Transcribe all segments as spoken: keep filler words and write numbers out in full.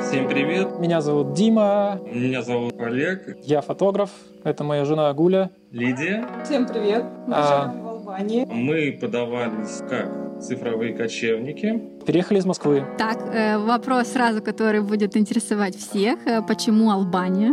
Всем привет. Меня зовут Дима. Меня зовут Олег. Я фотограф. Это моя жена Гуля. Лидия. Всем привет. Мы а... живем в Албании. Мы подавались как цифровые кочевники. Переехали из Москвы. Так, э, вопрос сразу, который будет интересовать всех. Почему Албания?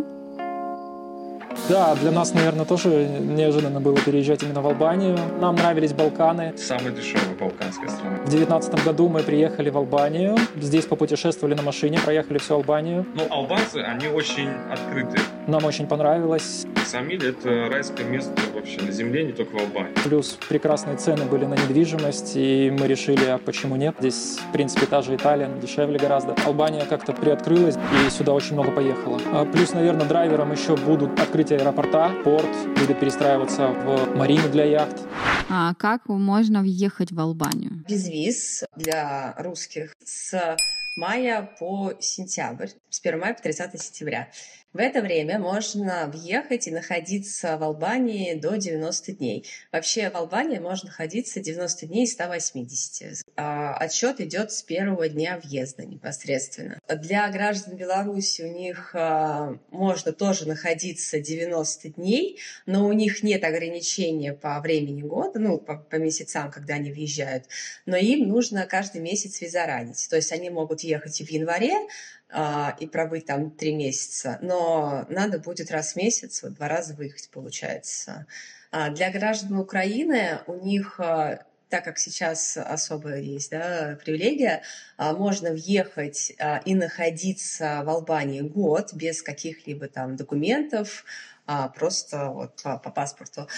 Да, для нас, наверное, тоже неожиданно было переезжать именно в Албанию. Нам нравились Балканы. Самая дешевая балканская страна. В девятнадцатом году мы приехали в Албанию. Здесь попутешествовали на машине, проехали всю Албанию. Ну, албанцы, они очень открытые. Нам очень понравилось. Самиль — это райское место вообще на земле, не только в Албании. Плюс прекрасные цены были на недвижимость, и мы решили, а почему нет? Здесь, в принципе, та же Италия, дешевле гораздо. Албания как-то приоткрылась, и сюда очень много поехало. Плюс, наверное, драйвером еще будут открытие аэропорта, порт, будет перестраиваться в марину для яхт. А как можно въехать в Албанию? Без виз для русских с мая по сентябрь, с первого мая по тридцатое сентября. В это время можно въехать и находиться в Албании до девяноста дней. Вообще в Албании можно находиться девяносто дней из ста восьмидесяти. А отсчет идет с первого дня въезда непосредственно. Для граждан Беларуси у них а, можно тоже находиться девяносто дней, но у них нет ограничения по времени года, ну, по, по месяцам, когда они въезжают, но им нужно каждый месяц визаранить. То есть они могут ехать и в январе, и пробыть там три месяца, но надо будет раз в месяц, вот, два раза выехать, получается. Для граждан Украины у них, так как сейчас особая есть, да, привилегия, можно въехать и находиться в Албании год без каких-либо там документов, просто вот по, по паспорту.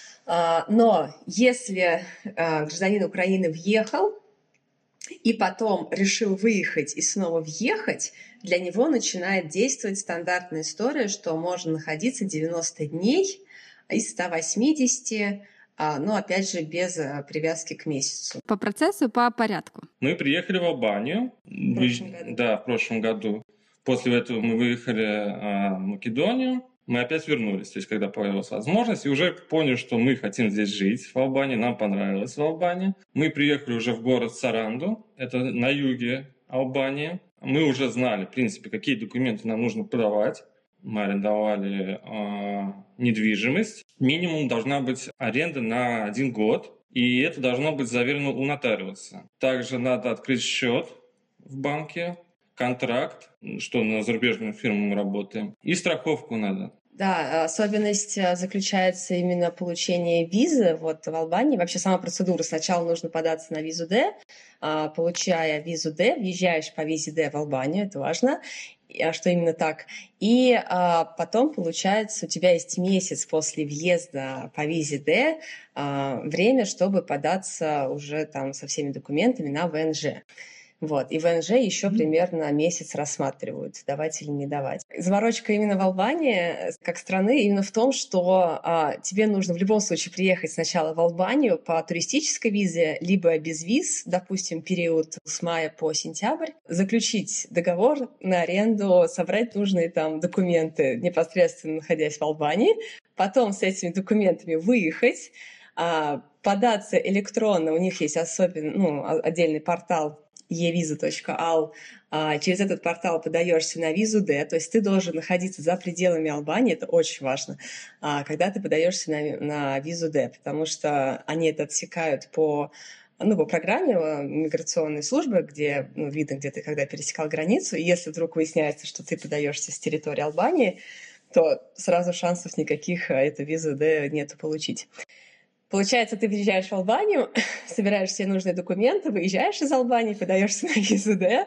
Но если гражданин Украины въехал, и потом решил выехать и снова въехать, для него начинает действовать стандартная история, что можно находиться девяносто дней из ста восьмидесяти, но, опять же, без привязки к месяцу. По процессу, по порядку. Мы приехали в Албанию. В прошлом году. Да, в прошлом году. После этого мы выехали в Македонию. Мы опять вернулись, то есть когда появилась возможность, и уже поняли, что мы хотим здесь жить, в Албании, нам понравилось в Албании. Мы приехали уже в город Саранду, это на юге Албании. Мы уже знали, в принципе, какие документы нам нужно подавать. Мы арендовали э, недвижимость. Минимум должна быть аренда на один год, и это должно быть заверено у нотариуса. Также надо открыть счет в банке, контракт, что на зарубежную фирму мы работаем, и страховку надо. Да, особенность заключается именно в получении визы вот в Албании. Вообще сама процедура. Сначала нужно податься на визу Д. Получая визу Д, въезжаешь по визе Д в Албанию, это важно, что именно так. И потом, получается, у тебя есть месяц после въезда по визе Д время, чтобы податься уже там со всеми документами на вэ эн жэ. Вот. И вэ эн жэ еще примерно месяц рассматривают, давать или не давать. Заморочка именно в Албании, как страны, именно в том, что а, тебе нужно в любом случае приехать сначала в Албанию по туристической визе, либо без виз, допустим, период с мая по сентябрь, заключить договор на аренду, собрать нужные там документы, непосредственно находясь в Албании, потом с этими документами выехать, а, податься электронно, у них есть особенный, ну, отдельный портал е виза точка ал, через этот портал подаешься на визу Д, то есть ты должен находиться за пределами Албании, это очень важно, когда ты подаешься на, на визу Д, потому что они это отсекают по, ну, по программе миграционной службы, где, ну, видно, где ты когда пересекал границу, и если вдруг выясняется, что ты подаешься с территории Албании, то сразу шансов никаких эту визу Д нету получить. Получается, ты приезжаешь в Албанию, собираешь все нужные документы, выезжаешь из Албании, подаешься на визу Д.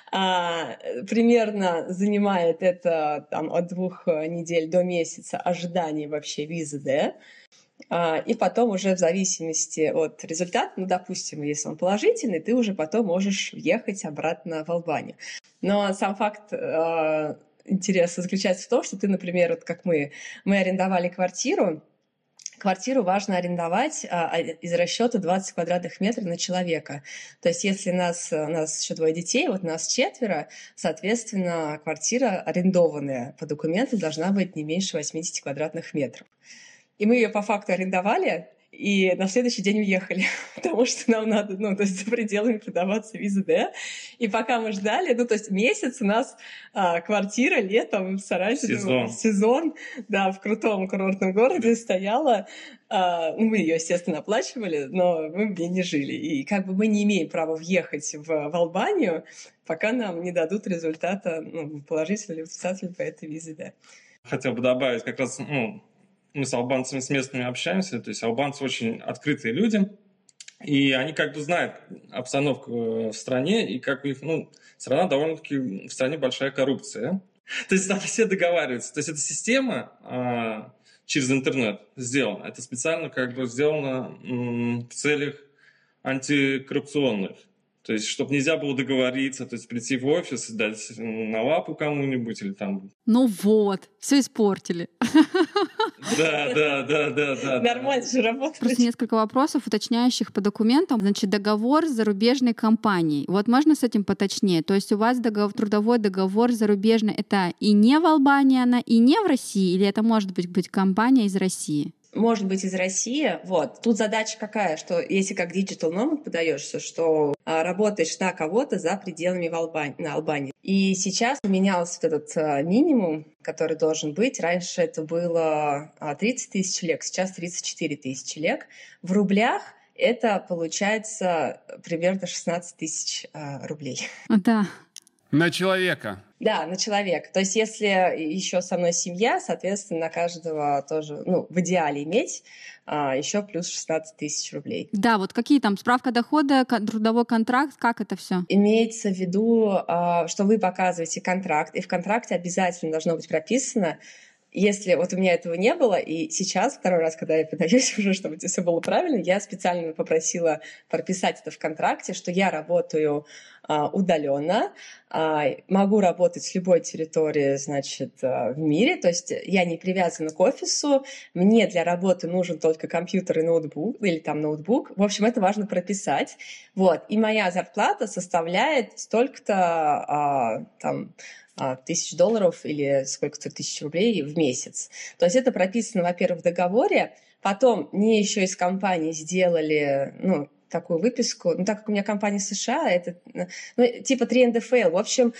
А, примерно занимает это там, от двух недель до месяца ожидания вообще визы Д. А, и потом уже в зависимости от результата, ну, допустим, если он положительный, ты уже потом можешь ехать обратно в Албанию. Но сам факт э, интереса заключается в том, что ты, например, вот как мы, мы арендовали квартиру, Квартиру важно арендовать а, из расчета двадцать квадратных метров на человека. То есть если нас, у нас еще двое детей, вот нас четверо, соответственно, квартира арендованная по документу должна быть не меньше восемьдесят квадратных метров. И мы ее по факту арендовали, и на следующий день уехали, потому что нам надо, ну, то есть за пределами продаваться виза Д. И пока мы ждали, ну, то есть месяц у нас а, квартира летом в Саратове, сезон. сезон, да, в крутом курортном городе стояла. А, ну, мы ее, естественно, оплачивали, но мы в ней не жили. И как бы мы не имеем права въехать в, в Албанию, пока нам не дадут результата, ну, положительного или отрицательного по этой визе Д. Хотел бы добавить, как раз, ну, мы с албанцами, с местными общаемся, то есть албанцы очень открытые люди, и они как бы знают обстановку в стране, и как у них, ну, страна довольно-таки, в стране большая коррупция. То есть там все договариваются. То есть эта система а, через интернет сделана. Это специально как бы сделано м, в целях антикоррупционных. То есть, чтобы нельзя было договориться, то есть прийти в офис и дать на лапу кому-нибудь или там... Ну вот, все испортили. Да, да, да, да, да. Нормально же работает. Просто несколько вопросов, уточняющих по документам. Значит, договор с зарубежной компанией. Вот можно с этим поточнее? То есть у вас договор, трудовой договор зарубежный, это и не в Албании она, и не в России? Или это может быть, быть компания из России? Может быть, из России. Вот. Тут задача какая, что если как digital nomad подаешься, что а, работаешь на кого-то за пределами в Албани- на Албании. И сейчас поменялся вот этот а, минимум, который должен быть. Раньше это было а, тридцать тысяч лек, сейчас тридцать четыре тысячи лек. В рублях это получается примерно шестнадцать тысяч а, рублей. Да. На человека. Да, на человека. То есть если еще со мной семья, соответственно, на каждого тоже, ну, в идеале иметь а, еще плюс шестнадцать тысяч рублей. Да, вот какие там справка дохода, трудовой контракт, как это все? Имеется в виду, а, что вы показываете контракт, и в контракте обязательно должно быть прописано, если вот у меня этого не было, и сейчас, второй раз, когда я подаюсь уже, чтобы это все было правильно, я специально попросила прописать это в контракте, что я работаю а, удаленно, а, могу работать с любой территории, значит, а, в мире, то есть я не привязана к офису, мне для работы нужен только компьютер и ноутбук, или там ноутбук, в общем, это важно прописать, вот, и моя зарплата составляет столько-то, а, там, тысяч долларов или сколько-то тысяч рублей в месяц. То есть это прописано, во-первых, в договоре. Потом мне еще из компании сделали, ну, такую выписку. Ну, так как у меня компания США, это, ну, типа три эн дэ эф эл. В общем,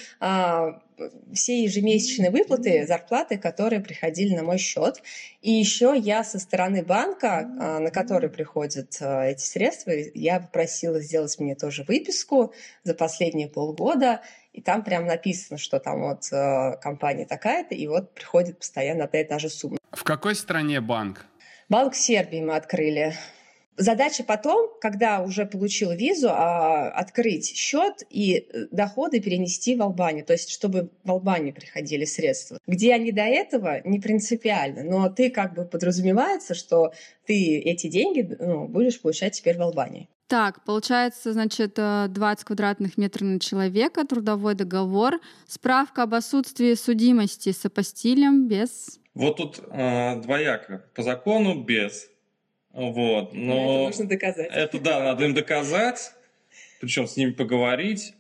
все ежемесячные выплаты, зарплаты, которые приходили на мой счет. И еще я со стороны банка, на который приходят эти средства, я попросила сделать мне тоже выписку за последние полгода. И там прям написано, что там вот э, компания такая-то, и вот приходит постоянно одна и та же сумма. В какой стране банк? Банк Сербии мы открыли. Задача потом, когда уже получила визу, а, открыть счет и доходы перенести в Албанию, то есть чтобы в Албанию приходили средства. Где они до этого, не принципиально, но ты как бы подразумевается, что ты эти деньги, ну, будешь получать теперь в Албании. Так, получается, значит, двадцать квадратных метров на человека, трудовой договор, справка об отсутствии судимости с апостилем, без... Вот тут э, двояко. По закону без. Вот. Но это нужно доказать. Это, да, надо им доказать, причем с ними поговорить.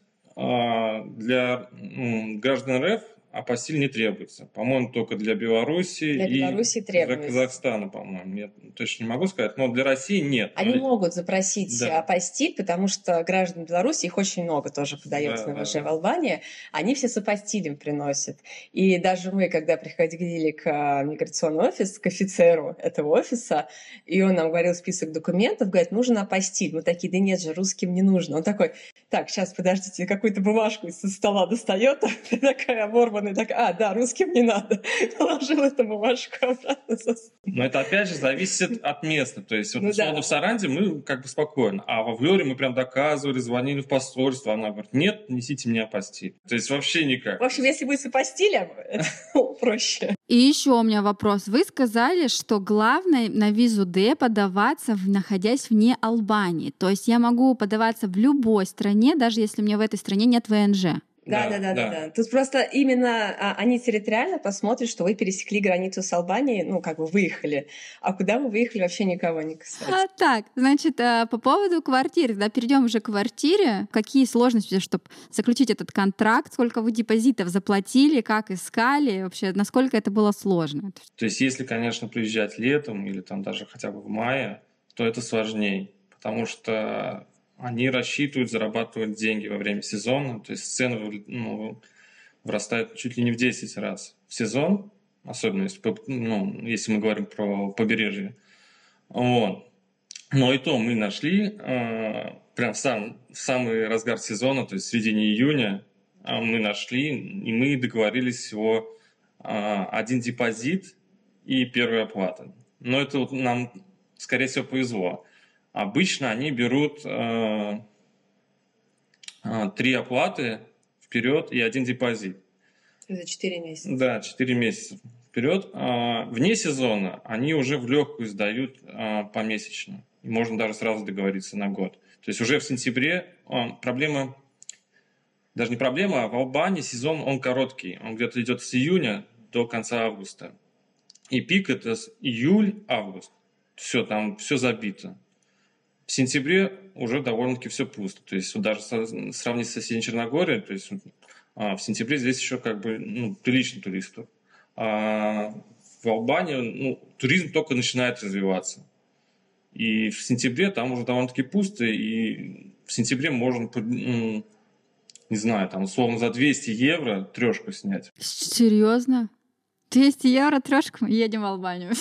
Э, для э, граждан эр эф апостиль не требуется. По-моему, только для Беларуси для и Беларуси для требуется. Казахстана, по-моему. Я точно не могу сказать, но для России нет. Они Ведь... могут запросить да. апостиль, потому что граждан Беларуси, их очень много тоже подается да, на ВЖ да. в Албании, они все с апостилем приносят. И даже мы, когда приходили к миграционный офис, к офицеру этого офиса, и он нам говорил список документов, говорит, нужен апостиль. Мы такие, да нет же, русским не нужно. Он такой, так, сейчас, подождите, какую-то бумажку из-за стола достает, такая оборванная, такая, а, да, русским не надо. Положил эту бумажку обратно. Но это, опять же, зависит от места. То есть, вот, ну, условно, да. в Саранде мы как бы спокойно. А во Влёре мы прям доказывали, звонили в посольство. Она говорит, нет, несите мне апостиль. То есть вообще никак. В общем, если будет с апостилем, это проще. И еще у меня вопрос. Вы сказали, что главное на визу Д подаваться, находясь вне Албании. То есть я могу подаваться в любой стране, даже если у меня в этой стране нет вэ эн жэ. Да, да, да, да, да. Тут просто именно а, они территориально посмотрят, что вы пересекли границу с Албанией, ну, как бы выехали. А куда вы выехали, вообще никого не касается. А, так, значит, по поводу квартиры, да, перейдем уже к квартире. Какие сложности, чтобы заключить этот контракт? Сколько вы депозитов заплатили, как искали? Вообще, насколько это было сложно? То есть, если, конечно, приезжать летом или там даже хотя бы в мае, то это сложнее, потому что они рассчитывают зарабатывать деньги во время сезона, то есть цены, ну, вырастают чуть ли не в десять раз в сезон, особенно если, ну, если мы говорим про побережье. Вот. Но и то мы нашли э, прям в, сам, в самый разгар сезона, то есть в середине июня, э, мы нашли, и мы договорились всего э, один депозит и первая оплата. Но это вот нам, скорее всего, повезло. Обычно они берут э, э, три оплаты вперед и один депозит. За четыре месяца. Да, четыре месяца вперед. Э, вне сезона они уже в легкую сдают э, помесячно. И можно даже сразу договориться на год. То есть уже в сентябре э, проблема, даже не проблема, а в Албании сезон он короткий. Он где-то идет с июня до конца августа. И пик это с июль-август. Все, там все забито. В сентябре уже довольно-таки все пусто. То есть вот даже сравнить с соседней Черногорией, то есть а, в сентябре здесь еще как бы ну, прилично туристов. А в Албании ну, туризм только начинает развиваться. И в сентябре там уже довольно-таки пусто, и в сентябре можно, ну, не знаю, там условно за двести евро трешку снять. Серьезно? двести евро трешку? Едем в Албанию.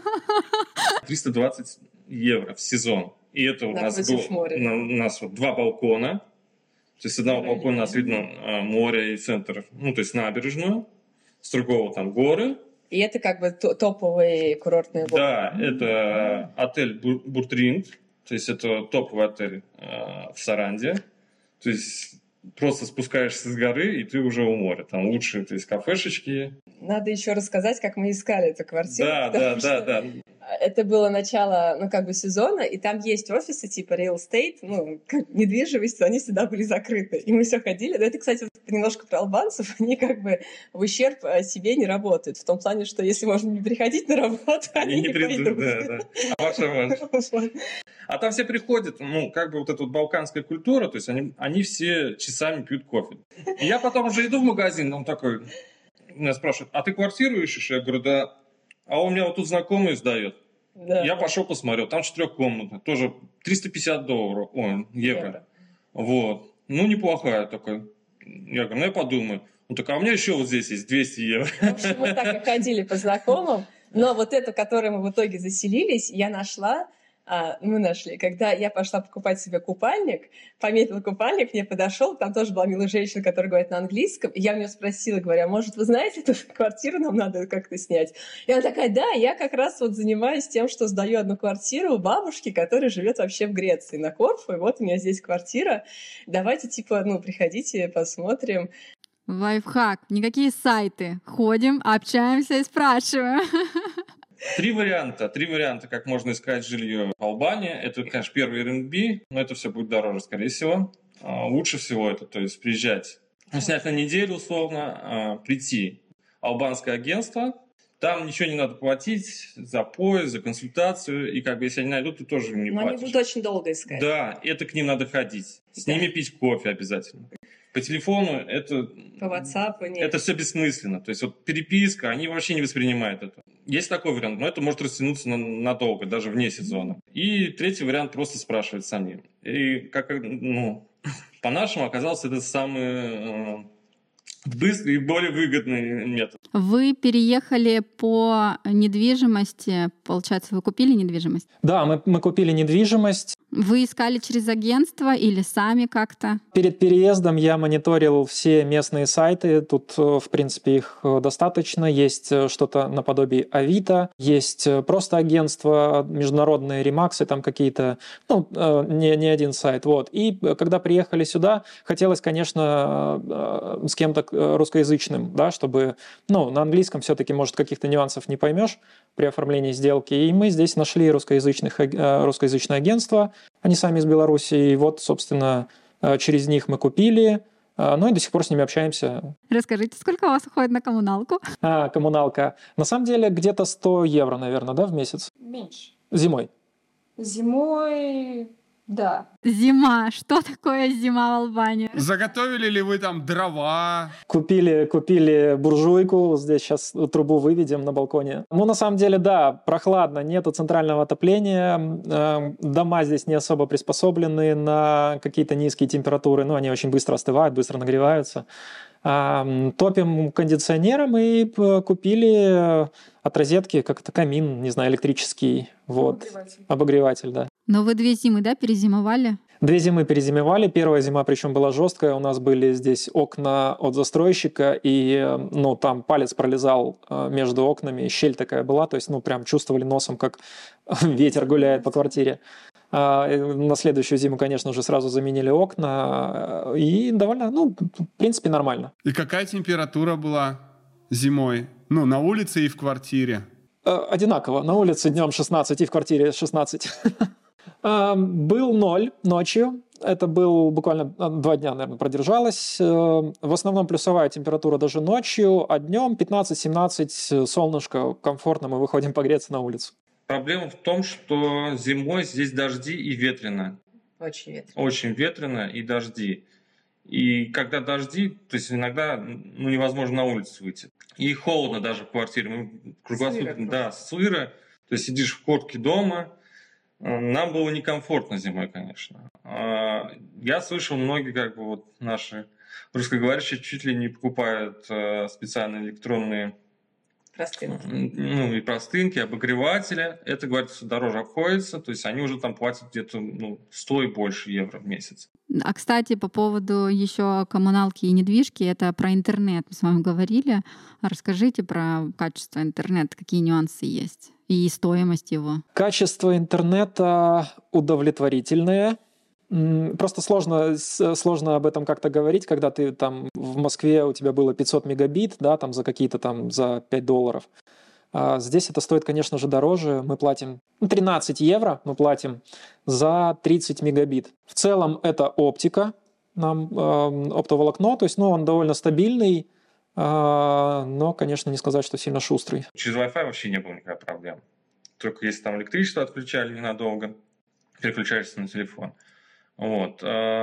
триста двадцать евро в сезон. И это у нас, был, на, у нас вот два балкона. То есть с одного балкона у нас видно а, море и центр, ну, то есть набережную. С другого там горы. И это как бы топовые курортные горы. Да, это отель Буртринд. То есть это топовый отель а, в Саранде. То есть просто спускаешься с горы, и ты уже у моря. Там лучшие, то есть кафешечки. Надо еще рассказать, как мы искали эту квартиру. Да, да, да, да. Это было начало, ну, как бы сезона, и там есть офисы типа real estate, ну, как недвижимость, они всегда были закрыты. И мы все ходили. Но это, кстати, немножко про албанцев. Они как бы в ущерб себе не работают. В том плане, что если можно не приходить на работу, они, они не, не придут. Да, да. А ваша ваша. А там все приходят, ну, как бы вот эта вот балканская культура, то есть они, они все часами пьют кофе. И я потом уже иду в магазин, он такой, меня спрашивает, а ты квартиру ищешь? Я говорю, да. А у меня вот тут знакомый сдает. Да. Я пошел посмотрел, там четырехкомнатная, тоже триста пятьдесят долларов, ой, евро. евро. Вот. Ну, неплохая такая. Я говорю, ну, я подумаю. Ну, так, а у меня еще вот здесь есть двести евро. В общем, мы так и ходили по знакомым. Но вот эту, которой мы в итоге заселились, я нашла, а, мы нашли, когда я пошла покупать себе купальник, пометила купальник, мне подошел, там тоже была милая женщина, которая говорит на английском, и я у нее спросила, говоря, может, вы знаете, эту квартиру нам надо как-то снять? И она такая, да, я как раз вот занимаюсь тем, что сдаю одну квартиру у бабушки, которая живет вообще в Греции, на Корфу, и вот у меня здесь квартира, давайте, типа, ну, приходите, посмотрим. Лайфхак. Никакие сайты. Ходим, общаемся и спрашиваем. Три варианта. Три варианта, как можно искать жилье в Албании. Это, конечно, первый Airbnb, но это все будет дороже, скорее всего. Лучше всего это, то есть приезжать, снять на неделю условно, прийти в албанское агентство. Там ничего не надо платить за поезд, за консультацию. И как бы если они найдут, ты тоже не но платишь. Но они будут очень долго искать. Да, это к ним надо ходить. С да. ними пить кофе обязательно. По телефону это... По WhatsApp нет. Это все бессмысленно. То есть вот переписка, они вообще не воспринимают это. Есть такой вариант, но это может растянуться на, надолго, даже вне сезона. И третий вариант просто спрашивать самим. И как, ну, по-нашему оказался это самый... Э, быстрый и более выгодный метод. Вы переехали по недвижимости, получается, вы купили недвижимость? Да, мы, мы купили недвижимость. Вы искали через агентство или сами как-то? Перед переездом я мониторил все местные сайты. Тут, в принципе, их достаточно. Есть что-то наподобие Авито, есть просто агентства, международные ремаксы, там какие-то, ну, не, не один сайт. Вот. И когда приехали сюда, хотелось, конечно, с кем-то русскоязычным, да, чтобы, ну, на английском все-таки, может, каких-то нюансов не поймешь при оформлении сделки. И мы здесь нашли русскоязычных, русскоязычное агентство. Они сами из Беларуси. И вот, собственно, через них мы купили. Ну и до сих пор с ними общаемся. Расскажите, сколько у вас уходит на коммуналку? А, коммуналка. На самом деле где-то сто евро, наверное, да, в месяц? Меньше. Зимой? Зимой Да. Зима. Что такое зима в Албании? Заготовили ли вы там дрова? Купили, купили буржуйку, здесь сейчас трубу выведем на балконе. Ну, на самом деле, да, прохладно, нету центрального отопления, дома здесь не особо приспособлены на какие-то низкие температуры, но они очень быстро остывают, быстро нагреваются. Топим кондиционером и купили от розетки как-то камин, не знаю, электрический. Вот. Обогреватель. Обогреватель, да. Но вы две зимы, да, перезимовали? Две зимы перезимовали. Первая зима, причем была жесткая. У нас были здесь окна от застройщика, и ну, там палец пролезал между окнами, щель такая была, то есть ну, прям чувствовали носом, как ветер гуляет по квартире. На следующую зиму, конечно же, сразу заменили окна, и довольно, ну, в принципе, нормально. И какая температура была зимой? Ну, на улице и в квартире? Одинаково. На улице днем шестнадцать и в квартире шестнадцать. Был ноль ночью. Это был буквально два дня, наверное, продержалось. В основном плюсовая температура даже ночью, а днем пятнадцать-семнадцать, солнышко, комфортно, мы выходим погреться на улицу. Проблема в том, что зимой здесь дожди и ветрено. Очень ветрено. Очень ветрено и дожди. И когда дожди, то есть иногда ну, невозможно на улицу выйти. И холодно даже в квартире. Мы круглосуточно, да, сыро. То есть сидишь в куртке дома. Нам было некомфортно зимой, конечно. Я слышал, многие как бы вот наши русскоговорящие чуть ли не покупают специальные электронные Простынки. Ну, и простынки, обогреватели. Это, говорится, дороже обходится. То есть они уже там платят где-то ну, сто и больше евро в месяц. А, кстати, по поводу еще коммуналки и недвижки, это про интернет мы с вами говорили. Расскажите про качество интернета, какие нюансы есть и стоимость его. Качество интернета удовлетворительное. Просто сложно, сложно об этом как-то говорить, когда ты там в Москве у тебя было пятьсот мегабит, да, там за какие-то там за пять долларов. А здесь это стоит, конечно же, дороже. Мы платим тринадцать евро, мы платим за тридцать мегабит. В целом это оптика, нам э, оптоволокно, то есть, ну, он довольно стабильный, э, но, конечно, не сказать, что сильно шустрый. Через Wi-Fi вообще не было никаких проблем. Только если там электричество отключали ненадолго, переключаешься на телефон. Вот.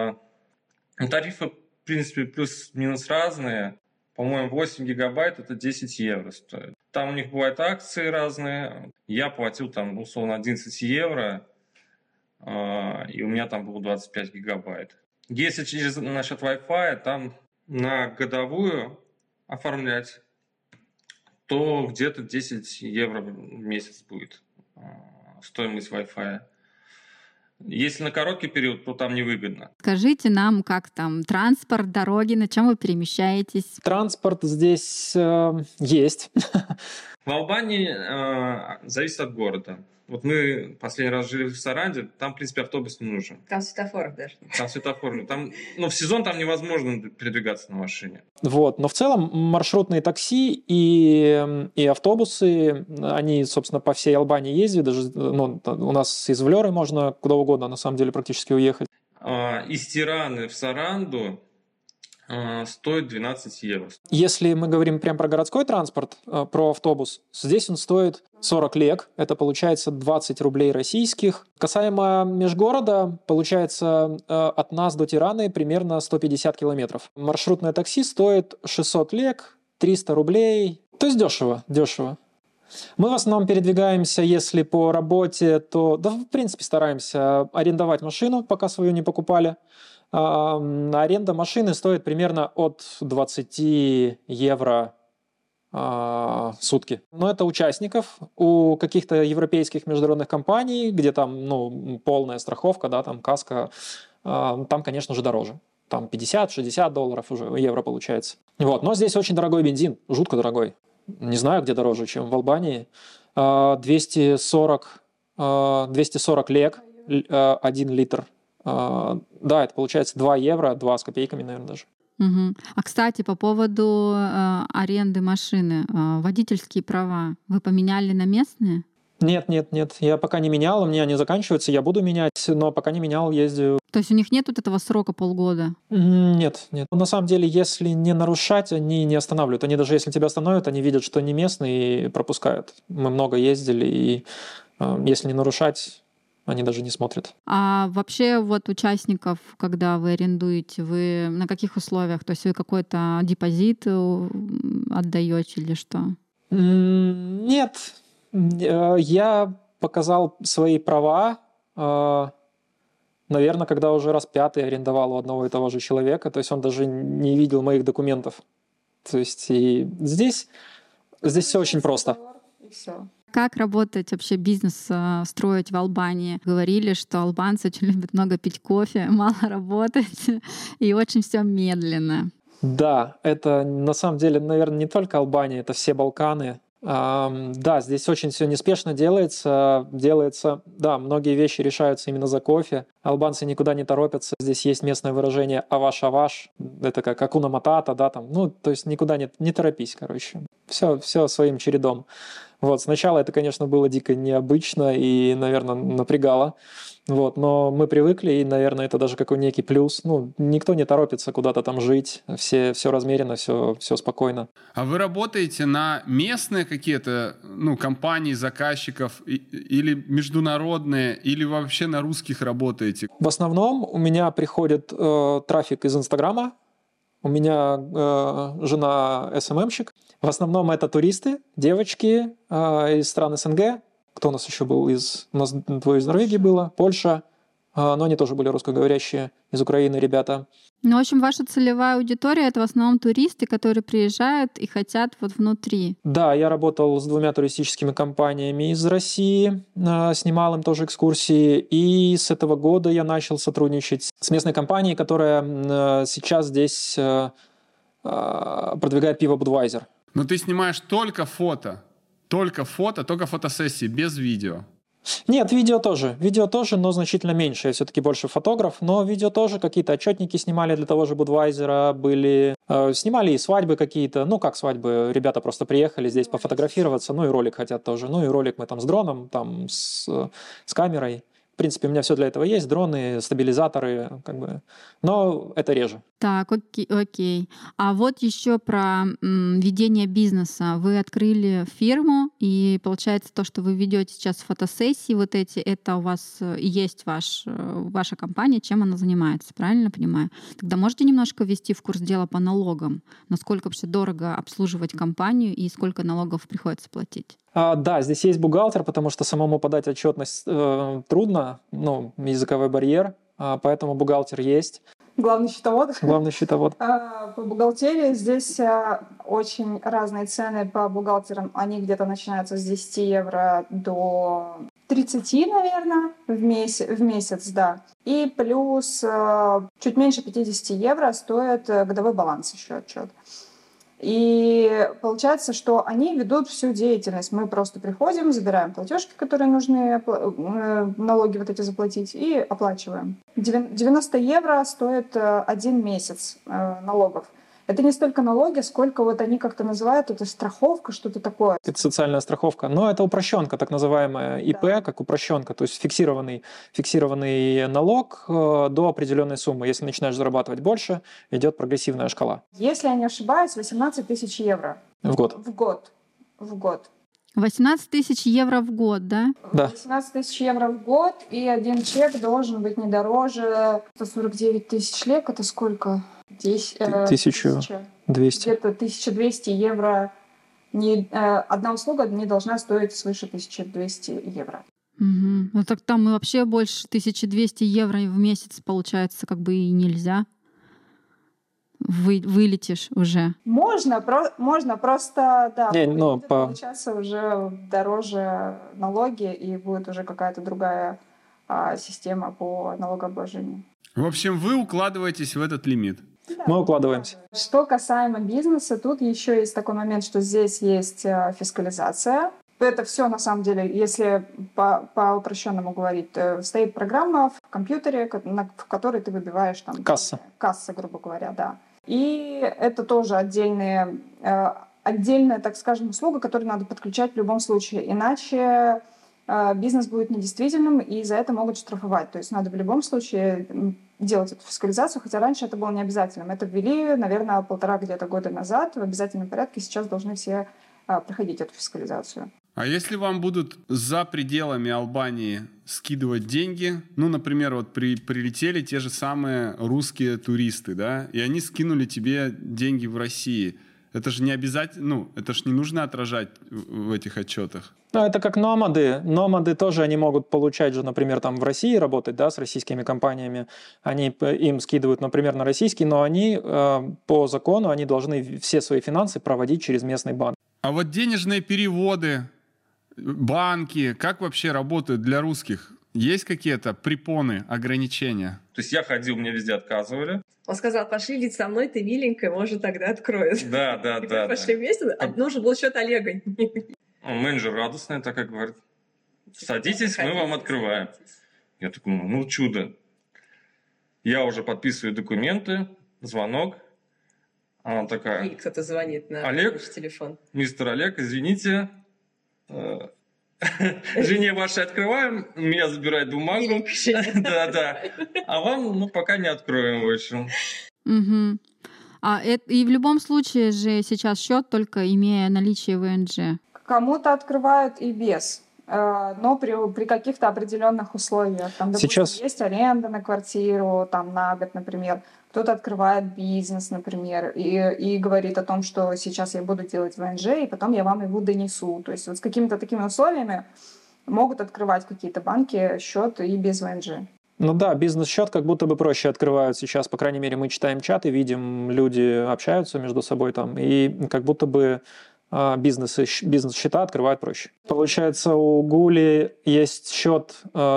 Тарифы, в принципе, плюс-минус разные. По-моему, восемь гигабайт это десять евро стоит. Там у них бывают акции разные. Я платил там, условно, одиннадцать евро, и у меня там было двадцать пять гигабайт. Если через насчет Wi-Fi, там на годовую оформлять, то где-то десять евро в месяц будет стоимость Wi-Fi. Если на короткий период, то там невыгодно. Скажите нам, как там транспорт, дороги, на чем вы перемещаетесь? Транспорт здесь э, есть. В Албании э, зависит от города. Вот мы последний раз жили в Саранде, там, в принципе, автобус не нужен. Там светофоров даже. Там светофор. Там, ну, в сезон там невозможно передвигаться на машине. Вот. Но в целом маршрутные такси и, и автобусы, они, собственно, по всей Албании ездят. Даже ну, у нас из Влёры можно куда угодно, на самом деле, практически уехать. Э, из Тираны в Саранду э, стоит двенадцать евро. Если мы говорим прям про городской транспорт, э, про автобус, здесь он стоит сорок лек, это получается двадцать рублей российских. Касаемо межгорода, получается э, от нас до Тираны примерно сто пятьдесят километров. Маршрутное такси стоит шестьсот лек, триста рублей. То есть дешево, дешево. Мы в основном передвигаемся, если по работе, то, да, в принципе, стараемся арендовать машину, пока свою не покупали. А, аренда машины стоит примерно от двадцати евро а, сутки. Но это участников. У каких-то европейских международных компаний, где там ну, полная страховка, да, там каска, а, там, конечно же, дороже. Там пятьдесят-шестьдесят долларов уже, евро получается. Вот. Но здесь очень дорогой бензин, жутко дорогой. Не знаю, где дороже, чем в Албании. двести сорок, двести сорок лек, один литр. Да, это получается два евро, два с копейками, наверное, даже. Угу. А, кстати, по поводу э, аренды машины, э, водительские права вы поменяли на местные? Нет, нет, нет, я пока не менял, у меня они заканчиваются, я буду менять, но пока не менял, ездию. То есть у них нет вот этого срока полгода? Нет, нет. На самом деле, если не нарушать, они не останавливают. Они даже если тебя остановят, они видят, что не местные и пропускают. Мы много ездили, и э, если не нарушать, они даже не смотрят. А вообще вот участников, когда вы арендуете, вы на каких условиях? То есть вы какой-то депозит отдаете или что? Нет. Я показал свои права, наверное, когда уже раз пятый арендовал у одного и того же человека, то есть он даже не видел моих документов. То есть и здесь, здесь все очень просто. И все. Как работать вообще, бизнес строить в Албании? Говорили, что албанцы очень любят много пить кофе, мало работать и очень все медленно. Да, это на самом деле, наверное, не только Албания, это все Балканы. Да, здесь очень все неспешно делается, делается, да, многие вещи решаются именно за кофе. Албанцы никуда не торопятся. Здесь есть местное выражение «аваш-аваш», это как «акуна матата», да, там, ну, то есть никуда не, не торопись, короче. Все, все своим чередом. Вот, сначала это, конечно, было дико необычно и, наверное, напрягало. Вот, но мы привыкли, и, наверное, это даже какой некий плюс. Ну, никто не торопится куда-то там жить, все, все размеренно, все, все спокойно. А вы работаете на местные какие-то, ну, компании, заказчиков, и, или международные, или вообще на русских работаете? В основном у меня приходит э, трафик из Инстаграма. У меня э, жена эс эм эм-щик. В основном это туристы, девочки э, из стран эс эн гэ. Кто у нас еще был? Из... У нас двое из Норвегии было, Польша. Э, но они тоже были русскоговорящие, из Украины ребята. Ну, в общем, ваша целевая аудитория — это в основном туристы, которые приезжают и хотят вот внутри. Да, я работал с двумя туристическими компаниями из России, э, снимал им тоже экскурсии. И с этого года я начал сотрудничать с местной компанией, которая э, сейчас здесь э, э, продвигает пиво Budweiser. Но ты снимаешь только фото, только фото, только фотосессии, без видео. Нет, видео тоже. Видео тоже, но значительно меньше. Я все-таки больше фотограф, но видео тоже. Какие-то отчетники снимали для того же Budweiser, были... Э, снимали и свадьбы какие-то. Ну, как свадьбы? Ребята просто приехали здесь пофотографироваться, ну и ролик хотят тоже. Ну и ролик мы там с дроном, там с, с камерой. В принципе, у меня все для этого есть. Дроны, стабилизаторы, как бы. Но это реже. Так, окей, окей. А вот еще про м, ведение бизнеса. Вы открыли фирму, и получается то, что вы ведете сейчас фотосессии, вот эти, это у вас и есть ваш, ваша компания, чем она занимается, правильно понимаю? Тогда можете немножко ввести в курс дела по налогам? Насколько вообще дорого обслуживать компанию и сколько налогов приходится платить? А, да, здесь есть бухгалтер, потому что самому подать отчетность э, трудно, ну, языковой барьер, а, поэтому бухгалтер есть. Главный счетовод. Главный счетовод. По бухгалтерии здесь очень разные цены по бухгалтерам. Они где-то начинаются с десяти евро до тридцати, наверное, в месяц, в месяц, да. И плюс чуть меньше пятидесяти евро стоит годовой баланс еще отчет. И получается, что они ведут всю деятельность. Мы просто приходим, забираем платежки, которые нужны, налоги вот эти заплатить, и оплачиваем. девяносто евро стоит один месяц налогов. Это не столько налоги, сколько вот они как-то называют, это страховка, что-то такое. Это социальная страховка. Но это упрощенка, так называемая ИП, да. Как упрощенка, то есть фиксированный, фиксированный налог до определенной суммы. Если начинаешь зарабатывать больше, идет прогрессивная шкала. Если я не ошибаюсь, восемнадцать тысяч евро. В год. В год. В год. восемнадцать тысяч евро в год, да? Да. восемнадцать тысяч евро в год, и один чек должен быть не дороже сто сорок девять тысяч лек. Это сколько? десять, тысяча двести. Где-то тысяча двести евро. Не, одна услуга не должна стоить свыше тысячи двухсот евро. Угу. Ну так там и вообще больше тысячи двухсот евро в месяц получается как бы и нельзя. Вы, вылетишь уже. Можно, про, можно просто, да, не, ну, будет по... получаться уже дороже налоги, и будет уже какая-то другая а, система по налогообложению. В общем, вы укладываетесь в этот лимит. Да. Мы укладываемся. Что касаемо бизнеса, тут еще есть такой момент, что здесь есть фискализация. Это все на самом деле, если по, по упрощенному говорить, стоит программа в компьютере, в которой ты выбиваешь там... Касса. Касса, грубо говоря, да. И это тоже отдельные, отдельная, так скажем, услуга, которую надо подключать в любом случае. Иначе бизнес будет недействительным, и за это могут штрафовать. То есть надо в любом случае делать эту фискализацию, хотя раньше это было не обязательным. Это ввели, наверное, полтора где-то года назад в обязательном порядке. Сейчас должны все проходить эту фискализацию. А если вам будут за пределами Албании скидывать деньги, ну, например, вот при, прилетели те же самые русские туристы, да, и они скинули тебе деньги в России, это же не обязательно, ну, это же не нужно отражать в, в этих отчетах. Ну, это как номады. Номады тоже они могут получать же, например, там в России работать, да, с российскими компаниями. Они им скидывают, например, на российский, но они э, по закону они должны все свои финансы проводить через местный банк. А вот денежные переводы, банки, как вообще работают для русских? Есть какие-то препоны, ограничения? То есть я ходил, мне везде отказывали. Он сказал, пошли лить со мной, ты миленькая, может, тогда откроют. Да, да, И да. мы пошли да. вместе, а нужен был счет Олега. Менеджер радостный, так как говорит, садитесь, мы вам открываем. Я такой, ну чудо. Я уже подписываю документы, звонок. Она такая, И кто-то звонит на Олег? ваш телефон. Мистер Олег, извините, жене вашей открываем, меня забирает бумагу. Да, да. А вам, ну, пока не откроем больше. Угу. А это, и в любом случае же сейчас счет только имея наличие ВНЖ. Кому-то открывают и без, э, но при, при каких-то определенных условиях. Там, допустим, Сейчас- есть аренда на квартиру, там, на год, например. Кто-то открывает бизнес, например, и, и говорит о том, что сейчас я буду делать ВНЖ, и потом я вам его донесу. То есть вот с какими-то такими условиями могут открывать какие-то банки счет и без ВНЖ. Ну да, бизнес-счет как будто бы проще открывают сейчас. По крайней мере, мы читаем чаты, видим, люди общаются между собой там, и как будто бы а, бизнесы, бизнес-счета открывают проще. Получается, у Гули есть счет,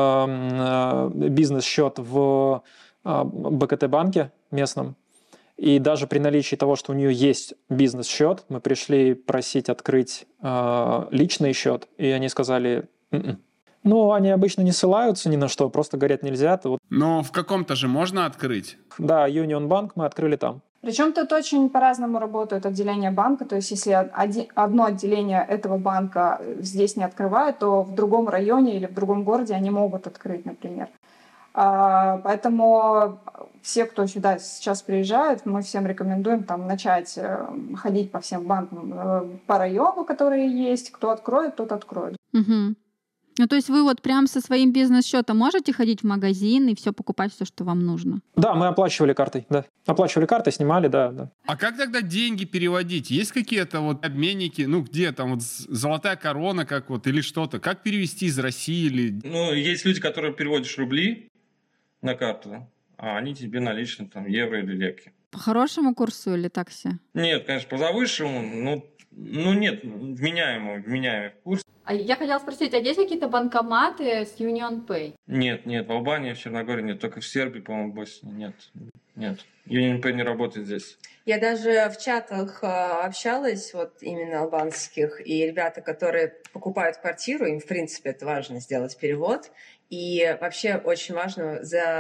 а, бизнес-счет в а, БКТ-банке местном. И даже при наличии того, что у нее есть бизнес-счет, мы пришли просить открыть а, личный счет, и они сказали «м-м». Ну, они обычно не ссылаются ни на что, просто говорят нельзя. Вот, Но в каком-то же можно открыть? да, Union Bank мы открыли там. Причем тут очень по-разному работают отделения банка. То есть если оди- одно отделение этого банка здесь не открывают, то в другом районе или в другом городе они могут открыть, например. А, Поэтому все, кто сюда сейчас приезжают, мы всем рекомендуем там начать э, ходить по всем банкам э, по району, которые есть. Кто откроет, тот откроет. Угу. Ну, то есть вы вот прям со своим бизнес-счетом можете ходить в магазин и все покупать, все, что вам нужно? Да, мы оплачивали картой, да. Оплачивали картой, снимали, да, да. А как тогда деньги переводить? Есть какие-то вот обменники, ну где там вот золотая корона как вот или что-то? Как перевести из России или... Ну, есть люди, которые переводишь рубли на карту, а они тебе наличные там евро или леки. По хорошему курсу или так все? Нет, конечно, по завышенному, ну, ну нет, вменяемый, вменяемый курс. А я хотела спросить, а есть какие-то банкоматы с Union Pay? Нет, нет, в Албании, в Черногории нет, только в Сербии, по-моему, в Боснии нет, нет. Union Pay не работает здесь. Я даже в чатах а, общалась, вот именно албанских, и ребята, которые покупают квартиру, им, в принципе, это важно сделать перевод. И вообще очень важно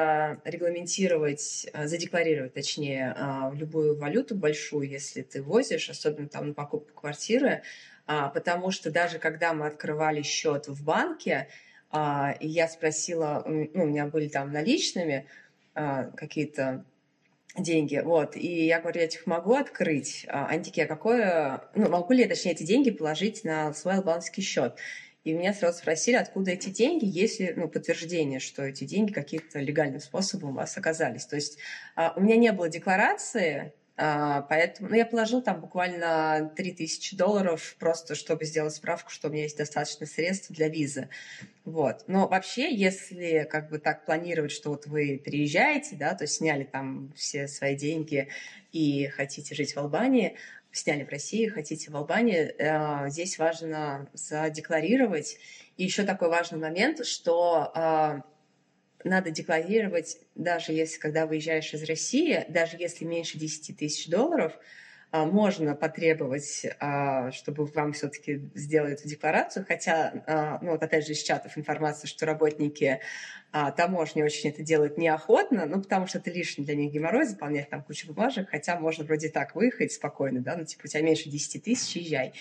зарегламентировать, задекларировать, точнее, а, любую валюту большую, если ты возишь, особенно там на покупку квартиры, а, потому что даже когда мы открывали счет в банке, а, и я спросила, ну, у меня были там наличными а, какие-то деньги, вот, и я говорю, я их могу открыть? А они такие, а какое, ну, могу ли я, точнее, эти деньги положить на свой албанский счет? И меня сразу спросили, откуда эти деньги, если, ну, подтверждение, что эти деньги каким-то легальным способом у вас оказались. То есть а, у меня не было декларации, а, поэтому, ну, я положил там буквально три тысячи долларов просто, чтобы сделать справку, что у меня есть достаточно средств для визы. Вот. Но вообще, если как бы так планировать, что вот вы переезжаете, да, то есть сняли там все свои деньги и хотите жить в Албании, сняли в России, хотите в Албании, э, здесь важно задекларировать. И еще такой важный момент, что э, надо декларировать, даже если, когда выезжаешь из России, даже если меньше десять тысяч долларов, э, можно потребовать, э, чтобы вам все-таки сделали эту декларацию, хотя, э, ну вот опять же из чатов информация, что работники а, таможни очень это делают неохотно, ну, потому что это лишний для них геморрой, заполнять там кучу бумажек, хотя можно вроде так выехать спокойно, да, ну, типа, у тебя меньше десять тысяч, езжай.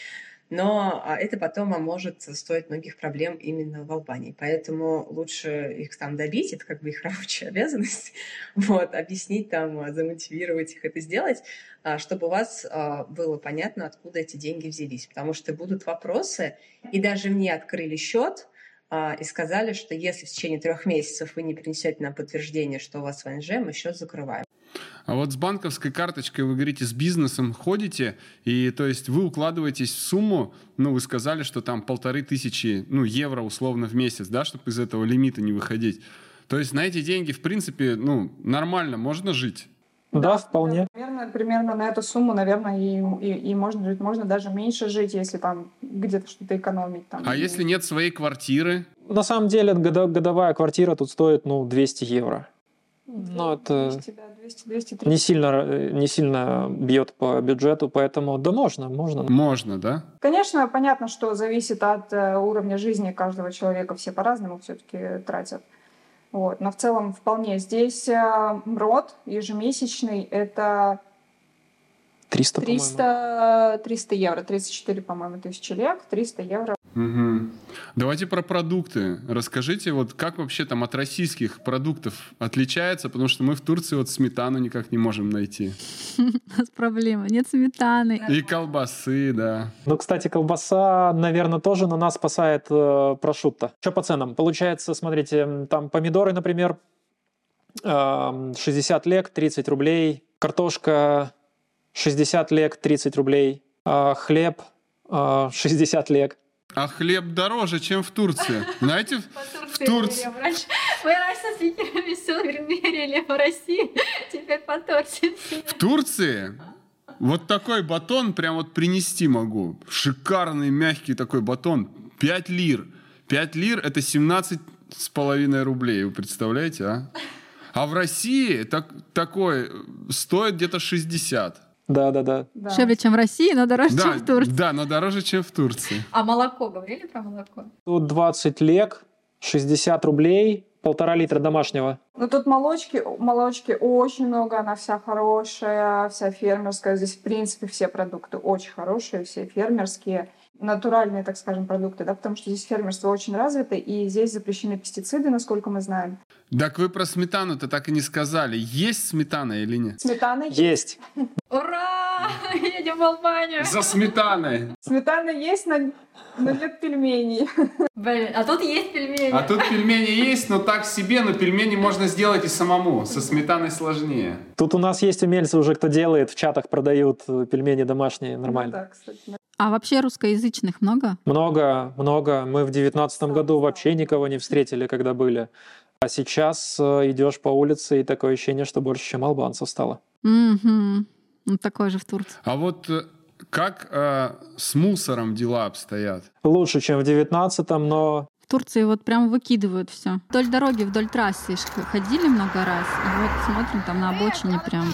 но это потом вам может стоить многих проблем именно в Албании. Поэтому лучше их там добить, это как бы их рабочая обязанность, вот, объяснить там, замотивировать их это сделать, чтобы у вас было понятно, откуда эти деньги взялись. Потому что будут вопросы, и даже мне открыли счет, и сказали, что если в течение трех месяцев вы не принесете нам подтверждение, что у вас ВНЖ, мы счет закрываем. А вот с банковской карточкой, вы говорите, с бизнесом ходите, и то есть вы укладываетесь в сумму, ну, вы сказали, что там полторы тысячи, ну, евро условно в месяц, да, чтобы из этого лимита не выходить. То есть на эти деньги, в принципе, ну, нормально можно жить? Да, вполне. Примерно, примерно на эту сумму, наверное, и, и, и можно жить. Можно даже меньше жить, если там где-то что-то экономить. Там. А если нет своей квартиры? На самом деле годовая квартира тут стоит, ну, двести евро. Но это двести, да, двести, двести тридцать. не сильно, не сильно бьет по бюджету, поэтому да можно, можно. Можно, да? Конечно, понятно, что зависит от уровня жизни каждого человека. Все по-разному все-таки тратят. Вот. Но в целом вполне. Здесь МРОТ ежемесячный — это триста, триста, триста евро, тридцать четыре, по-моему, тысячи лек, триста евро. Угу. Давайте про продукты. Расскажите, вот как вообще там от российских продуктов отличается, потому что мы в Турции вот сметану никак не можем найти. У нас проблема, нет сметаны. И колбасы, да. Ну, кстати, колбаса, наверное, тоже на нас спасает э, прошутто. Что по ценам? Получается, смотрите, там помидоры, например, э, шестьдесят лек, тридцать рублей, картошка шестьдесят лек, тридцать рублей, э, хлеб э, шестьдесят лек. А хлеб дороже, чем в Турции. Знаете, в Турции... Мы раньше с Викером весело мерили в России, теперь по Турции. В Турции вот такой батон прям вот принести могу. Шикарный, мягкий такой батон. пять лир. пять лир — это семнадцать с половиной рублей. Вы представляете, а? А в России так, такой стоит где-то шестьдесят. Да, да, да. Дешевле, чем в России, но дороже, да, чем в Турции. Да, но дороже, чем в Турции. А молоко, говорили про молоко? Тут двадцать лек, шестьдесят рублей, полтора литра домашнего. Ну тут молочки, молочки очень много, она вся хорошая, вся фермерская. Здесь, в принципе, все продукты очень хорошие, все фермерские. Натуральные, так скажем, продукты, да, потому что здесь фермерство очень развито, и здесь запрещены пестициды, насколько мы знаем. Так вы про сметану-то так и не сказали. Есть сметана или нет? Сметана есть. Ура! Едем в Албанию! За сметаной! Сметана есть, но, но нет пельменей. Блин, а тут есть пельмени. А тут пельмени есть, но так себе, но пельмени можно сделать и самому. Со сметаной сложнее. Тут у нас есть умельцы уже, кто делает, в чатах продают пельмени домашние, нормально. Ну, да, кстати. А вообще русскоязычных много? Много, много. Мы в девятнадцатом году вообще никого не встретили, когда были. А сейчас идешь по улице, и такое ощущение, что больше, чем албанцев стало. Угу. Ну, такое же в Турции. А вот как э, с мусором дела обстоят? Лучше, чем в девятнадцатом, но... В Турции вот прям выкидывают все. Вдоль дороги, вдоль трассы ходили много раз. И вот смотрим, там на обочине прям...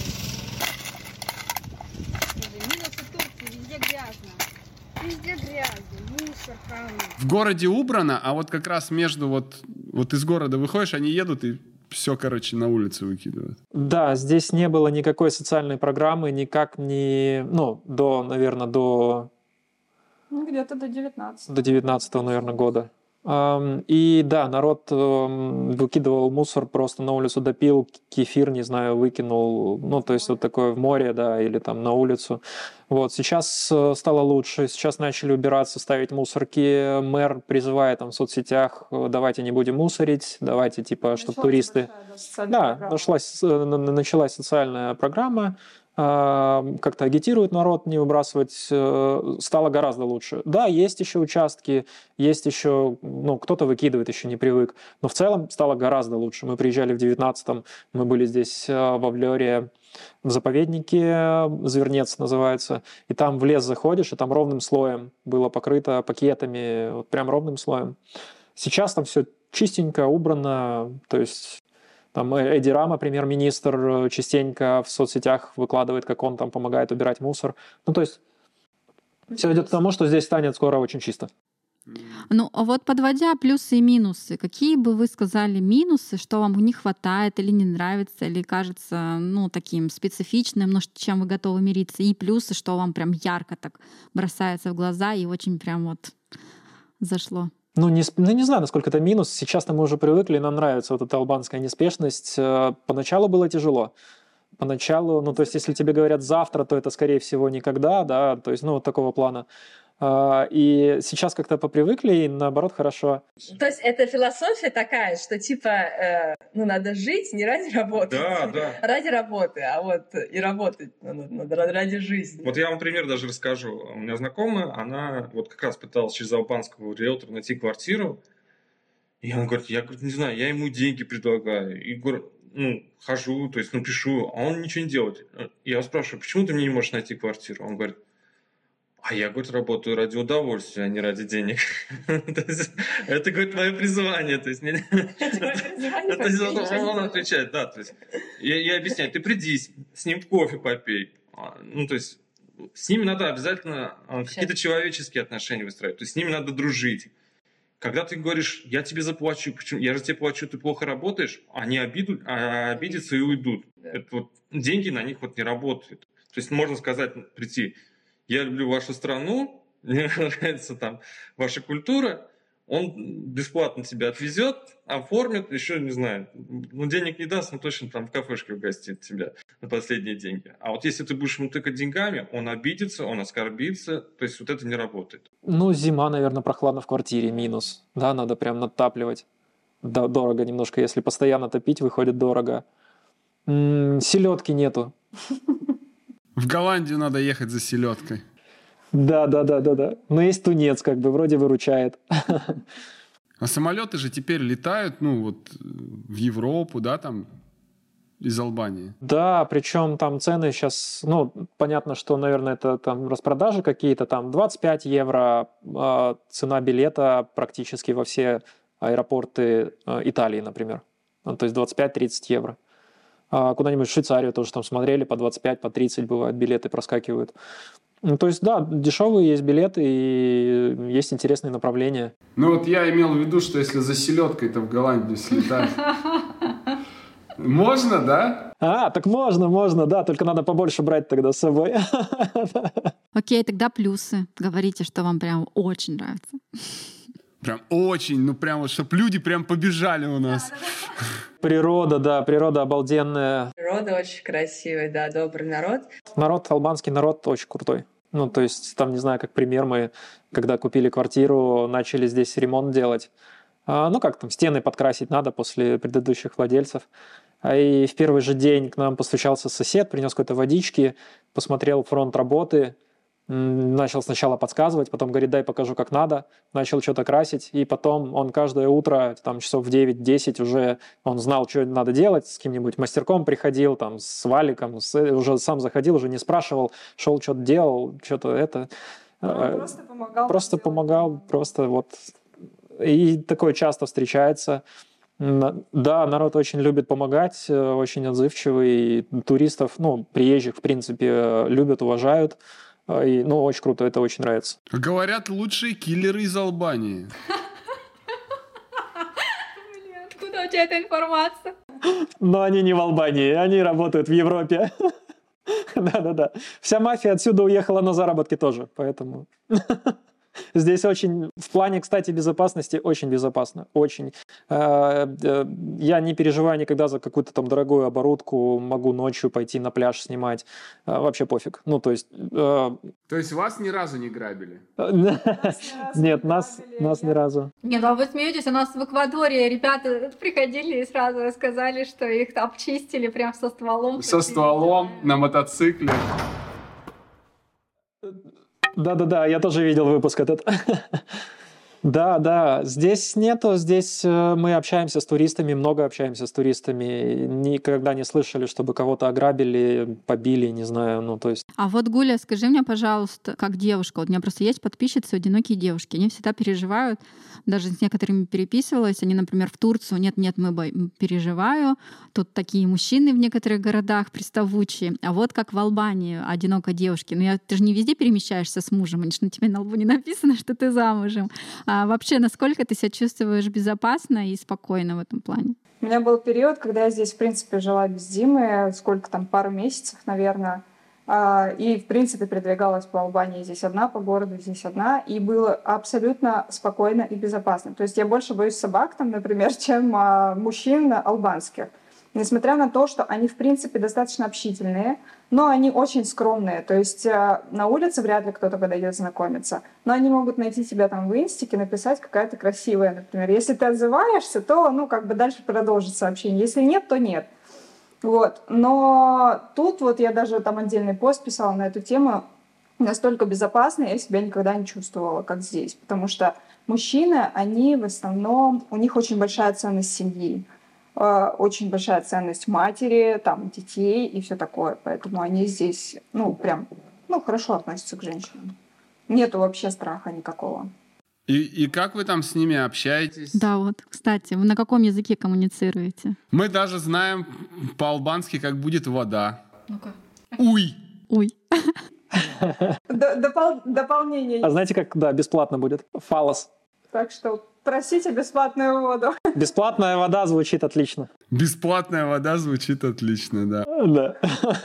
Везде грязно, мусор, камни. В городе убрано, а вот как раз между вот, вот из города выходишь, они едут и все, короче, на улице выкидывают. Да, здесь не было никакой социальной программы, никак не... Ну, до, наверное, до... Ну, где-то до девятнадцатого. До девятнадцатого, наверное, года. И да, народ выкидывал мусор, просто на улицу допил, кефир, не знаю, выкинул, ну, то есть вот такое в море, да, или там на улицу. Вот, сейчас стало лучше, сейчас начали убираться, ставить мусорки, мэр призывает там в соцсетях, давайте не будем мусорить, давайте, типа, чтобы туристы... Да, нашлась, началась социальная программа, как-то агитирует народ не выбрасывать, стало гораздо лучше. Да, есть еще участки, есть еще, ну, кто-то выкидывает, еще не привык, но в целом стало гораздо лучше. Мы приезжали в девятнадцатом, мы были здесь в Авлёре, в заповеднике, Звернец называется, и там в лес заходишь, и там ровным слоем было покрыто пакетами, вот прям ровным слоем. Сейчас там все чистенько, убрано, то есть... Там Эдди Рама, премьер-министр, частенько в соцсетях выкладывает, как он там помогает убирать мусор. Ну, то есть все идет к тому, что здесь станет скоро очень чисто. Ну, а вот подводя плюсы и минусы, какие бы вы сказали минусы, что вам не хватает или не нравится, или кажется, ну, таким специфичным, но с чем вы готовы мириться, и плюсы, что вам прям ярко так бросается в глаза и очень прям вот зашло? Ну не, ну, не знаю, насколько это минус. Сейчас-то мы уже привыкли, нам нравится вот эта албанская неспешность. Поначалу было тяжело. Поначалу, ну, то есть, если тебе говорят завтра, то это, скорее всего, никогда, да, то есть, ну, вот такого плана. И сейчас как-то попривыкли, и наоборот, хорошо. То есть это философия такая, что типа, э, ну, надо жить не ради работы, Да, да. ради работы, а вот и работать надо ради жизни. Вот я вам пример даже расскажу. У меня знакомая, она вот как раз пыталась через албанского риэлтора найти квартиру, и она говорит, я говорит, не знаю, я ему деньги предлагаю, и говорю, ну, хожу, то есть, ну, пишу, а он ничего не делает. Я спрашиваю, почему ты мне не можешь найти квартиру? Он говорит, а я, говорит, работаю ради удовольствия, а не ради денег. Это, говорит, мое призвание. То есть, он отвечает, да. То есть, я объясняю, ты приди, с ним в кофе попей. Ну, то есть, с ними надо обязательно какие-то человеческие отношения выстраивать. То есть, с ними надо дружить. Когда ты говоришь, я тебе заплачу, почему? Я же тебе плачу, ты плохо работаешь, они обидут, а обидятся и уйдут. Это вот, деньги на них вот не работают. То есть, можно сказать, прийти, я люблю вашу страну, мне нравится там ваша культура, он бесплатно тебя отвезет, оформит, еще не знаю, ну денег не даст, но точно там в кафешке угостит тебя на последние деньги. А вот если ты будешь ему тыкать деньгами, он обидится, он оскорбится, то есть вот это не работает. Ну, зима, наверное, прохладно в квартире, минус. Да, надо прям надтапливать. Да, дорого немножко, если постоянно топить, выходит дорого. М-м, селедки нету. В Голландию надо ехать за селедкой. Да, да, да, да, да. Но есть тунец, как бы, вроде выручает. А самолеты же теперь летают, ну, вот в Европу, да, там, из Албании. Да, причем там цены сейчас, ну, понятно, что, наверное, это там распродажи какие-то, там двадцать пять евро э, цена билета практически во все аэропорты э, Италии, например. Ну, то есть двадцать пять-тридцать евро. А куда-нибудь в Швейцарию тоже там смотрели, по двадцать пять, по тридцать бывают билеты проскакивают. Ну, то есть, да, дешевые есть билеты и есть интересные направления. Ну, вот я имел в виду, что если за селедкой-то в Голландию слетать... Можно, да? А, так можно, можно, да, только надо побольше брать тогда с собой. Окей, тогда плюсы. Говорите, что вам прям очень нравится. Прям очень, ну прям вот, чтобы люди прям побежали у нас. Природа, да, природа обалденная. Природа очень красивая, да, добрый народ. Народ, албанский народ очень крутой. Ну, то есть, там, не знаю, как пример, мы, когда купили квартиру, начали здесь ремонт делать. А, ну, как там, стены подкрасить надо после предыдущих владельцев. А и в первый же день к нам постучался сосед, принес какой-то водички, посмотрел фронт работы, начал сначала подсказывать, потом говорит, дай покажу, как надо, начал что-то красить, и потом он каждое утро, там, часов в девять-десять уже он знал, что надо делать, с каким-нибудь мастерком приходил, там, с валиком, с, уже сам заходил, уже не спрашивал, шел, что-то делал, что-то это... Он просто помогал. Просто помогал, просто вот... И такое часто встречается. Да, народ очень любит помогать, очень отзывчивый, и туристов, ну, приезжих, в принципе, любят, уважают. И, ну, очень круто, это очень нравится. Говорят, лучшие киллеры из Албании. Блин, откуда у тебя эта информация? Но они не в Албании, они работают в Европе. Да-да-да. Вся мафия отсюда уехала на заработки тоже, поэтому... Здесь очень, в плане, кстати, безопасности, очень безопасно, очень. Я не переживаю никогда за какую-то там дорогую оборудку, могу ночью пойти на пляж снимать, вообще пофиг. Ну, то есть... То есть вас ни разу не грабили? Нет, нас, нас ни разу. Нет, а вы смеетесь, у нас в Эквадоре ребята приходили и сразу рассказали, что их обчистили прям со стволом. Со стволом, на мотоцикле. Да-да-да, я тоже видел выпуск этот. Да, да, здесь нету, здесь мы общаемся с туристами, много общаемся с туристами, никогда не слышали, чтобы кого-то ограбили, побили, не знаю, ну то есть. А вот, Гуля, скажи мне, пожалуйста, как девушка, вот у меня просто есть подписчицы, одинокие девушки, они всегда переживают, даже с некоторыми переписывалась, они, например, в Турцию, нет-нет, мы переживаю, тут такие мужчины в некоторых городах приставучие, а вот как в Албании одинокой девушки, ну я, ты же не везде перемещаешься с мужем, конечно, тебе на лбу не написано, что ты замужем. А вообще, насколько ты себя чувствуешь безопасно и спокойно в этом плане? У меня был период, когда я здесь, в принципе, жила без Димы, сколько там, пару месяцев, наверное, и, в принципе, передвигалась по Албании здесь одна, по городу здесь одна, и было абсолютно спокойно и безопасно. То есть я больше боюсь собак, там, например, чем мужчин албанских. Несмотря на то, что они, в принципе, достаточно общительные, но они очень скромные. То есть на улице вряд ли кто-то подойдет знакомиться, но они могут найти тебя там в инстике, написать какая-то красивая, например. Если ты отзываешься, то, ну, как бы дальше продолжится общение. Если нет, то нет. Вот. Но тут вот я даже там отдельный пост писала на эту тему. Настолько безопасно я себя никогда не чувствовала, как здесь. Потому что мужчины, они в основном, у них очень большая ценность семьи, очень большая ценность матери, там, детей и все такое. Поэтому они здесь, ну, прям, ну, хорошо относятся к женщинам. Нету вообще страха никакого. И, и как вы там с ними общаетесь? Да, вот, кстати, вы на каком языке коммуницируете? Мы даже знаем по-албански, как будет вода. Ну-ка. Уй! Уй. Допол- дополнение. А знаете, как, да, бесплатно будет? Фалос. Так что просите бесплатную воду. Бесплатная вода звучит отлично. Бесплатная вода звучит отлично, да. Да.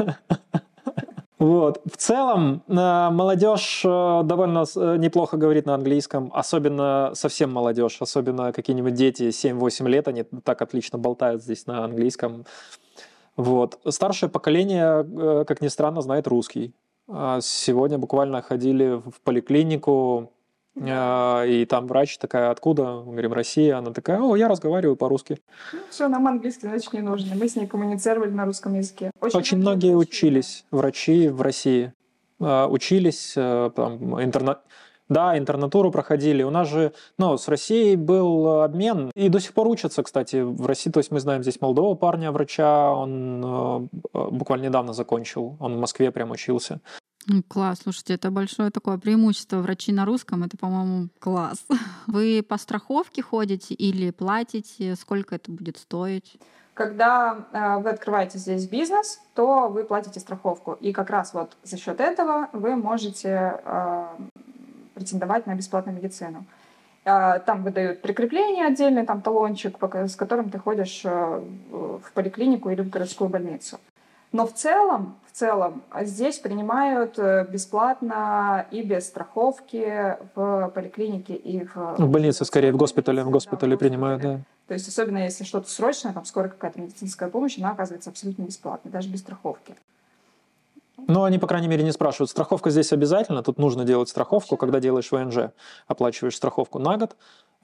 Вот. В целом, молодежь довольно неплохо говорит на английском, особенно совсем молодежь, особенно какие-нибудь дети семь-восемь лет, они так отлично болтают здесь на английском. Вот. Старшее поколение, как ни странно, знает русский. Сегодня буквально ходили в поликлинику, и там врач такая: откуда? Мы говорим: Россия. Она такая: о, я разговариваю по-русски. Ну, все, нам английский, значит, не нужен. Мы с ней коммуницировали на русском языке. Очень, Очень многие учились, врачи в России. Учились, там, интерна... да, интернатуру проходили. У нас же, ну, с Россией был обмен. И до сих пор учатся, кстати, в России. То есть мы знаем здесь молодого парня, врача. Он буквально недавно закончил. Он в Москве прям учился. Класс, слушайте, это большое такое преимущество врачей на русском, это, по-моему, класс. Вы по страховке ходите или платите? Сколько это будет стоить? Когда э, вы открываете здесь бизнес, то вы платите страховку. И как раз вот за счет этого вы можете э, претендовать на бесплатную медицину. Э, там выдают прикрепление отдельный, там талончик, с которым ты ходишь э, в поликлинику или в городскую больницу. Но в целом, в целом здесь принимают бесплатно и без страховки в поликлинике и в... В больнице, скорее, в госпитале, в госпитале да, принимают, да. То есть особенно если что-то срочное, там скоро какая-то медицинская помощь, она оказывается абсолютно бесплатной, даже без страховки. Ну, они, по крайней мере, не спрашивают. Страховка здесь обязательно, тут нужно делать страховку, когда делаешь ВНЖ, оплачиваешь страховку на год,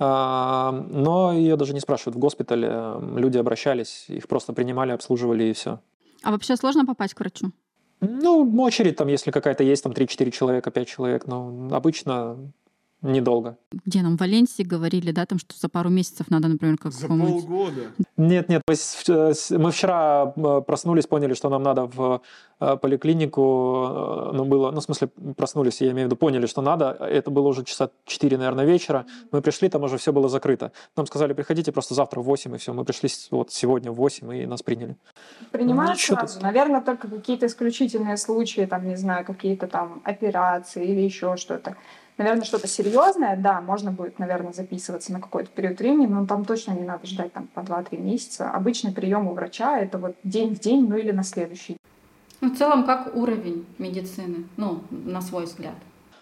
но ее даже не спрашивают в госпитале, люди обращались, их просто принимали, обслуживали и все. А вообще сложно попасть к врачу? Ну, очередь там, если какая-то есть, там три-четыре человека, пять человек, но обычно недолго. Где нам в Валенсии говорили, да, там, что за пару месяцев надо, например, как За полгода? Нет, нет, мы вчера проснулись, поняли, что нам надо в поликлинику, ну, было, ну, в смысле, проснулись, я имею в виду, поняли, что надо, это было уже часа четыре, наверное, вечера, мы пришли, там уже все было закрыто. Нам сказали: приходите просто завтра в восемь, и все, мы пришли вот сегодня в восемь, и нас приняли. Принимают ну, сразу, тут... наверное, только какие-то исключительные случаи, там, не знаю, какие-то там операции или еще что-то. Наверное, что-то серьезное, да, можно будет, наверное, записываться на какой-то период времени, но там точно не надо ждать там по два-три месяца. Обычный прием у врача — это вот день в день, ну или на следующий. Ну, в целом, как уровень медицины, ну, на свой взгляд?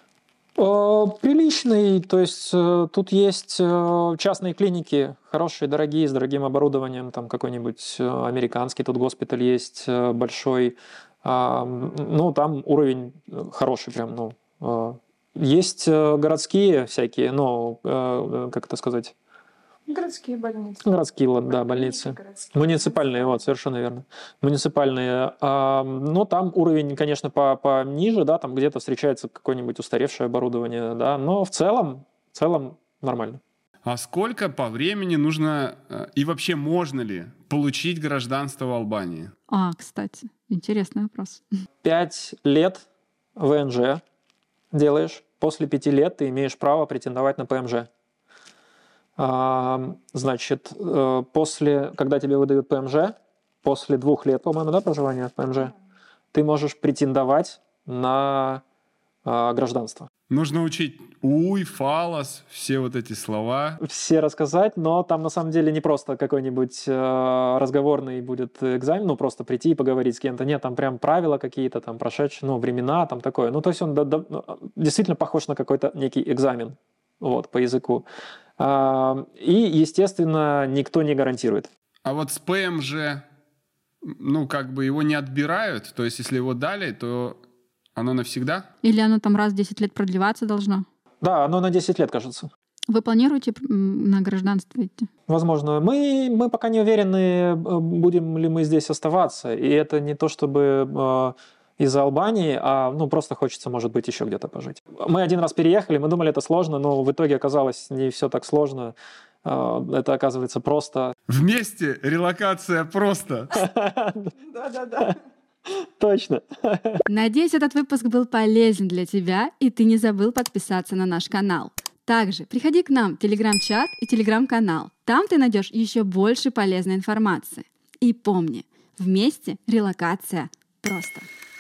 Приличный, то есть тут есть частные клиники, хорошие, дорогие, с дорогим оборудованием, там какой-нибудь американский тут госпиталь есть большой, ну, там уровень хороший прям, ну, есть городские всякие, ну, как это сказать? Городские больницы. Городские, да, больницы. Городские. Муниципальные, вот, совершенно верно. Муниципальные. Но там уровень, конечно, пониже, да, там где-то встречается какое-нибудь устаревшее оборудование, да, но в целом, в целом нормально. А сколько по времени нужно и вообще можно ли получить гражданство в Албании? А, кстати, интересный вопрос. Пять лет ВНЖ делаешь, после пяти лет ты имеешь право претендовать на ПМЖ. Значит, после, когда тебе выдают ПМЖ, после двух лет, по-моему, да, проживания в ПМЖ, ты можешь претендовать на э, гражданство. Нужно учить уй, фалос, все вот эти слова. Все рассказать, но там на самом деле не просто какой-нибудь э, разговорный будет экзамен, ну просто прийти и поговорить с кем-то. Нет, там прям правила какие-то, там прошедшие, ну, времена, там такое. Ну, то есть он да, да, действительно похож на какой-то некий экзамен, вот, по языку. А, и, естественно, никто не гарантирует. А вот с ПМЖ, ну, как бы его не отбирают, то есть если его дали, то оно навсегда? Или оно там раз в десять лет продлеваться должно? Да, оно на десять лет, кажется. Вы планируете на гражданство идти? Возможно. Мы, мы пока не уверены, будем ли мы здесь оставаться. И это не то, чтобы э, из-за Албании, а ну, просто хочется, может быть, еще где-то пожить. Мы один раз переехали, мы думали, это сложно, но в итоге оказалось не все так сложно. Э, это оказывается просто. Вместе релокация просто. Да-да-да. Точно. Надеюсь, этот выпуск был полезен для тебя, и ты не забыл подписаться на наш канал. Также приходи к нам в Телеграм-чат и Телеграм-канал. Там ты найдешь еще больше полезной информации. И помни, вместе релокация просто.